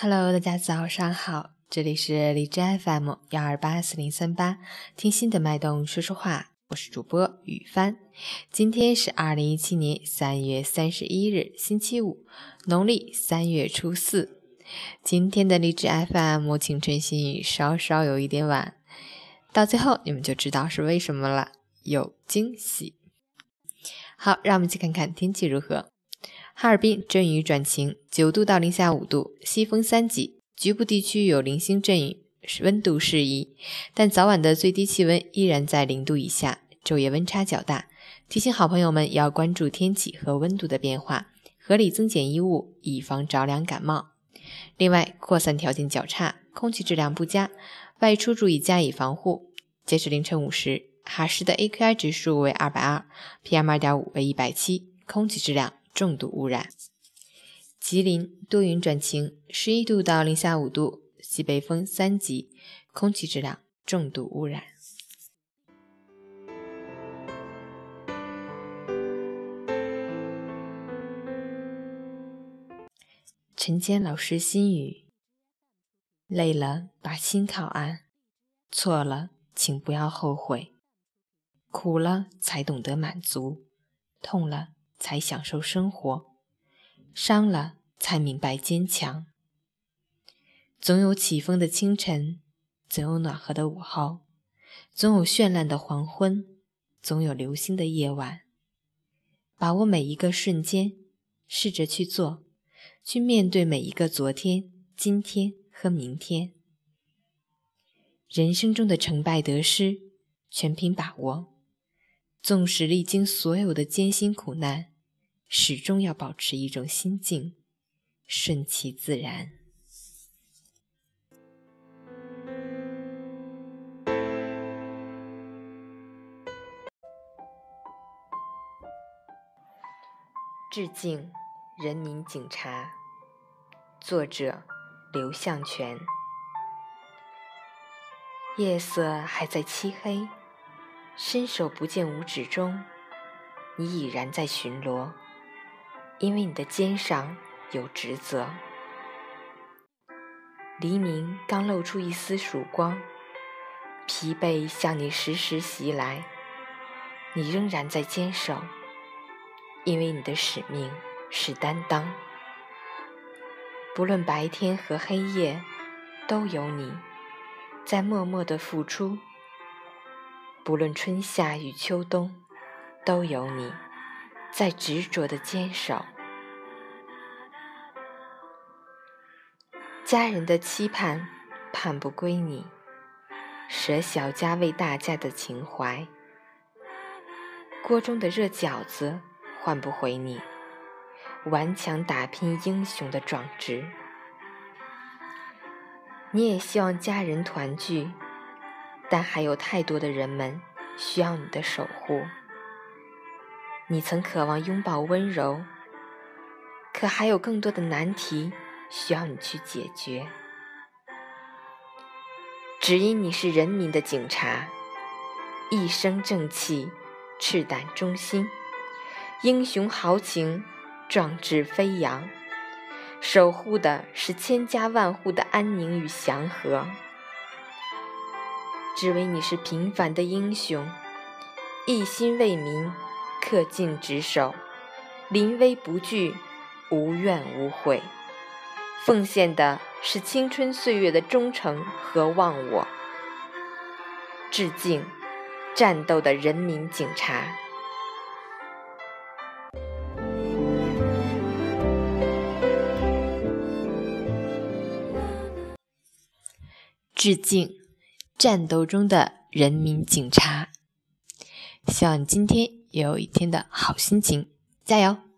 Hello， 大家早上好，这里是荔枝 FM1284038，听心的脉动说说话，我是主播雨帆。今天是2017年3月31日，星期五，农历3月初4。今天的荔枝 FM 清晨心语稍稍有一点晚，到最后你们就知道是为什么了，有惊喜。好，让我们一起看看天气如何。哈尔滨阵雨转晴，9度到零下5度，西风3级，局部地区有零星阵雨，温度适宜，但早晚的最低气温依然在0度以下，昼夜温差较大。提醒好朋友们要关注天气和温度的变化，合理增减衣物，以防着凉感冒。另外，扩散条件较差，空气质量不佳，外出注意加以防护。截至凌晨5时，哈市的 AQI 指数为220， PM2.5 为170，空气质量重度污染。吉林多云转晴，11度到零下5度，西北风3级，空气质量重度污染。陈坚老师心语：累了把心靠岸，错了请不要后悔，苦了才懂得满足，痛了才享受生活，伤了才明白坚强。总有起风的清晨，总有暖和的午后，总有绚烂的黄昏，总有流星的夜晚。把握每一个瞬间，试着去做，去面对每一个昨天、今天和明天。人生中的成败得失，全凭把握。纵使历经所有的艰辛苦难，始终要保持一种心境，顺其自然。致敬人民警察，作者刘向全。夜色还在漆黑，伸手不见五指中，你已然在巡逻，因为你的肩上有职责。黎明刚露出一丝曙光，疲惫向你时时袭来，你仍然在坚守，因为你的使命是担当。不论白天和黑夜，都有你在默默地付出，不论春夏与秋冬，都有你在执着地坚守。家人的期盼盼不归你，舍小家为大家的情怀。锅中的热饺子换不回你顽强打拼英雄的壮志。你也希望家人团聚，但还有太多的人们需要你的守护。你曾渴望拥抱温柔，可还有更多的难题需要你去解决。只因你是人民的警察，一身正气，赤胆忠心，英雄豪情，壮志飞扬，守护的是千家万户的安宁与祥和。只为你是平凡的英雄，一心为民，恪尽职守，临危不惧，无怨无悔，奉献的是青春岁月的忠诚和忘我。致敬战斗的人民警察。致敬战斗中的人民警察。希望你今天也有一天的好心情，加油！